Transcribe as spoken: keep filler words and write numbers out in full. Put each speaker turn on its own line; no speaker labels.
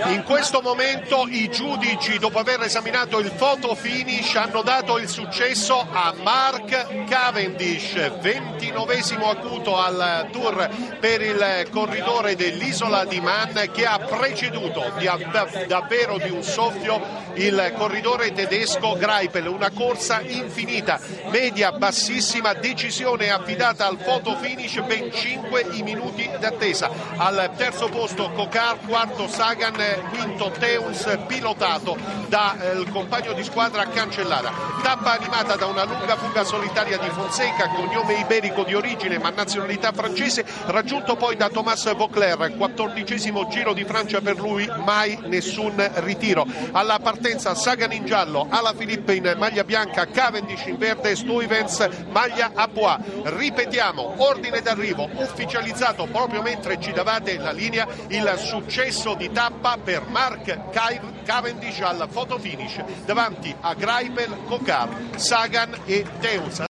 In questo momento i giudici, dopo aver esaminato il photo finish, hanno dato il successo a Mark Cavendish, ventinovesimo acuto al Tour per il corridore dell'Isola di Man, che ha preceduto di, davvero di un soffio il corridore tedesco Greipel. Una corsa infinita, media bassissima, decisione affidata al photo finish, ben cinque i minuti d'attesa. Al terzo posto Coquard, quarto Sagan, quinto Teuns, pilotato dal eh, compagno di squadra Cancellara. Tappa animata da una lunga fuga solitaria di Fonseca, cognome iberico di origine ma nazionalità francese, raggiunto poi da Thomas Vauclair. Quattordicesimo Giro di Francia per lui, mai nessun ritiro. Alla partenza Sagan in giallo, Alaphilippe in maglia bianca, Cavendish in verde, Stuyvens maglia a bois. Ripetiamo, ordine d'arrivo ufficializzato proprio mentre ci davate la linea, il successo di tappa per Mark Cavendish al photo finish davanti a Greipel, Coquard, Sagan e Teuns.